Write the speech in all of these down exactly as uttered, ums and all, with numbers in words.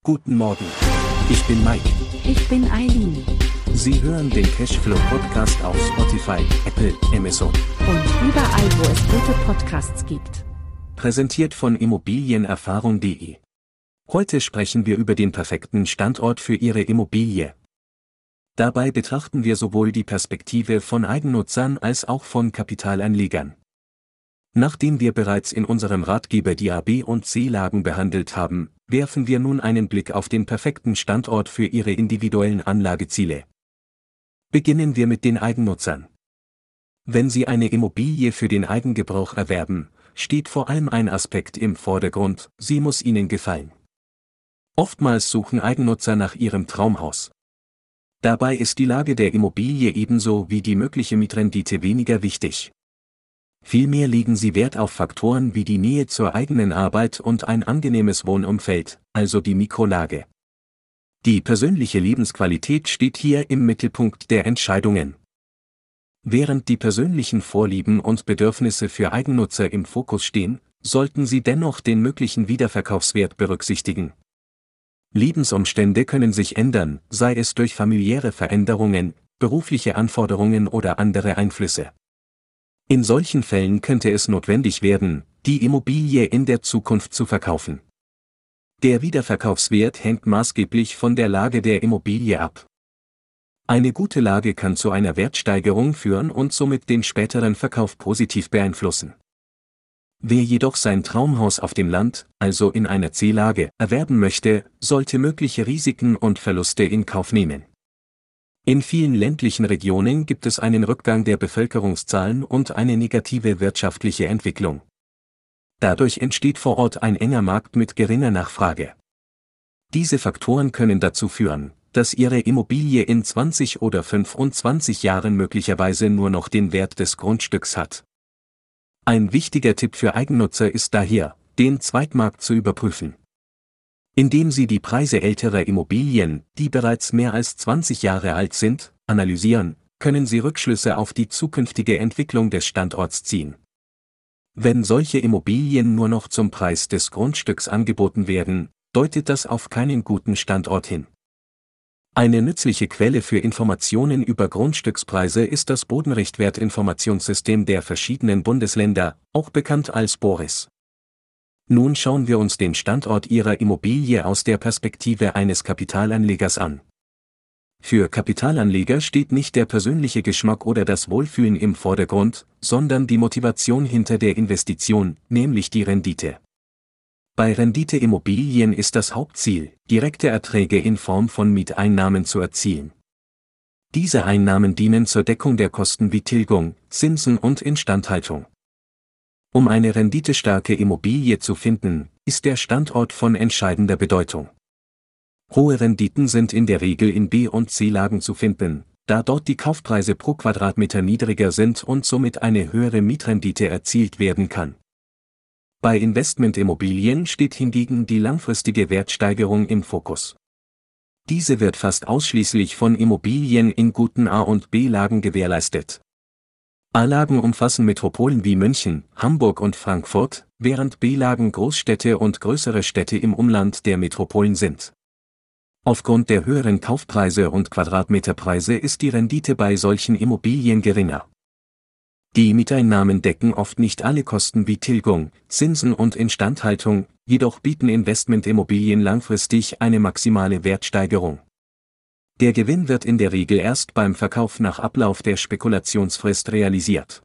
Guten Morgen. Ich bin Mike. Ich bin Eileen. Sie hören den Cashflow Podcast auf Spotify, Apple, Amazon Und überall, wo es gute Podcasts gibt. Präsentiert von Immobilienerfahrung punkt de. Heute sprechen wir über den perfekten Standort für Ihre Immobilie. Dabei betrachten wir sowohl die Perspektive von Eigennutzern als auch von Kapitalanlegern. Nachdem wir bereits in unserem Ratgeber die A-, B- und C-Lagen behandelt haben, werfen wir nun einen Blick auf den perfekten Standort für Ihre individuellen Anlageziele. Beginnen wir mit den Eigennutzern. Wenn Sie eine Immobilie für den Eigengebrauch erwerben, steht vor allem ein Aspekt im Vordergrund: sie muss Ihnen gefallen. Oftmals suchen Eigennutzer nach ihrem Traumhaus. Dabei ist die Lage der Immobilie ebenso wie die mögliche Mietrendite weniger wichtig. Vielmehr legen sie Wert auf Faktoren wie die Nähe zur eigenen Arbeit und ein angenehmes Wohnumfeld, also die Mikrolage. Die persönliche Lebensqualität steht hier im Mittelpunkt der Entscheidungen. Während die persönlichen Vorlieben und Bedürfnisse für Eigennutzer im Fokus stehen, sollten Sie dennoch den möglichen Wiederverkaufswert berücksichtigen. Lebensumstände können sich ändern, sei es durch familiäre Veränderungen, berufliche Anforderungen oder andere Einflüsse. In solchen Fällen könnte es notwendig werden, die Immobilie in der Zukunft zu verkaufen. Der Wiederverkaufswert hängt maßgeblich von der Lage der Immobilie ab. Eine gute Lage kann zu einer Wertsteigerung führen und somit den späteren Verkauf positiv beeinflussen. Wer jedoch sein Traumhaus auf dem Land, also in einer C-Lage, erwerben möchte, sollte mögliche Risiken und Verluste in Kauf nehmen. In vielen ländlichen Regionen gibt es einen Rückgang der Bevölkerungszahlen und eine negative wirtschaftliche Entwicklung. Dadurch entsteht vor Ort ein enger Markt mit geringer Nachfrage. Diese Faktoren können dazu führen, dass Ihre Immobilie in zwanzig oder fünfundzwanzig Jahren möglicherweise nur noch den Wert des Grundstücks hat. Ein wichtiger Tipp für Eigennutzer ist daher, den Zweitmarkt zu überprüfen. Indem Sie die Preise älterer Immobilien, die bereits mehr als zwanzig Jahre alt sind, analysieren, können Sie Rückschlüsse auf die zukünftige Entwicklung des Standorts ziehen. Wenn solche Immobilien nur noch zum Preis des Grundstücks angeboten werden, deutet das auf keinen guten Standort hin. Eine nützliche Quelle für Informationen über Grundstückspreise ist das Bodenrichtwertinformationssystem der verschiedenen Bundesländer, auch bekannt als BORIS. Nun schauen wir uns den Standort Ihrer Immobilie aus der Perspektive eines Kapitalanlegers an. Für Kapitalanleger steht nicht der persönliche Geschmack oder das Wohlfühlen im Vordergrund, sondern die Motivation hinter der Investition, nämlich die Rendite. Bei Renditeimmobilien ist das Hauptziel, direkte Erträge in Form von Mieteinnahmen zu erzielen. Diese Einnahmen dienen zur Deckung der Kosten wie Tilgung, Zinsen und Instandhaltung. Um eine renditestarke Immobilie zu finden, ist der Standort von entscheidender Bedeutung. Hohe Renditen sind in der Regel in B- und C-Lagen zu finden, da dort die Kaufpreise pro Quadratmeter niedriger sind und somit eine höhere Mietrendite erzielt werden kann. Bei Investmentimmobilien steht hingegen die langfristige Wertsteigerung im Fokus. Diese wird fast ausschließlich von Immobilien in guten A- und B-Lagen gewährleistet. A-Lagen umfassen Metropolen wie München, Hamburg und Frankfurt, während B-Lagen Großstädte und größere Städte im Umland der Metropolen sind. Aufgrund der höheren Kaufpreise und Quadratmeterpreise ist die Rendite bei solchen Immobilien geringer. Die Mieteinnahmen decken oft nicht alle Kosten wie Tilgung, Zinsen und Instandhaltung, jedoch bieten Investmentimmobilien langfristig eine maximale Wertsteigerung. Der Gewinn wird in der Regel erst beim Verkauf nach Ablauf der Spekulationsfrist realisiert.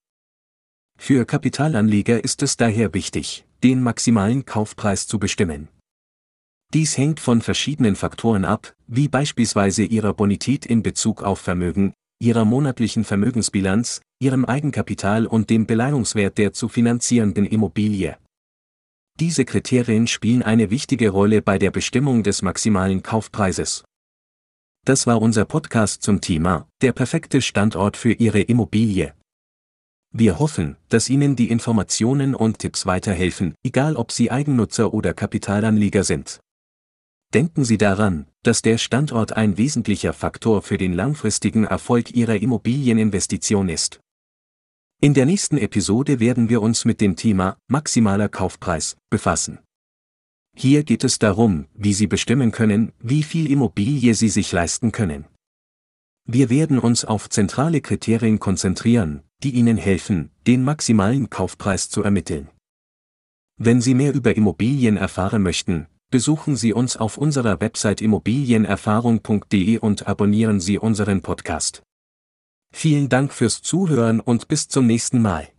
Für Kapitalanleger ist es daher wichtig, den maximalen Kaufpreis zu bestimmen. Dies hängt von verschiedenen Faktoren ab, wie beispielsweise Ihrer Bonität in Bezug auf Vermögen, Ihrer monatlichen Vermögensbilanz, Ihrem Eigenkapital und dem Beleihungswert der zu finanzierenden Immobilie. Diese Kriterien spielen eine wichtige Rolle bei der Bestimmung des maximalen Kaufpreises. Das war unser Podcast zum Thema, der perfekte Standort für Ihre Immobilie. Wir hoffen, dass Ihnen die Informationen und Tipps weiterhelfen, egal ob Sie Eigennutzer oder Kapitalanleger sind. Denken Sie daran, dass der Standort ein wesentlicher Faktor für den langfristigen Erfolg Ihrer Immobilieninvestition ist. In der nächsten Episode werden wir uns mit dem Thema maximaler Kaufpreis befassen. Hier geht es darum, wie Sie bestimmen können, wie viel Immobilie Sie sich leisten können. Wir werden uns auf zentrale Kriterien konzentrieren, die Ihnen helfen, den maximalen Kaufpreis zu ermitteln. Wenn Sie mehr über Immobilien erfahren möchten, besuchen Sie uns auf unserer Website immobilienerfahrung punkt de und abonnieren Sie unseren Podcast. Vielen Dank fürs Zuhören und bis zum nächsten Mal.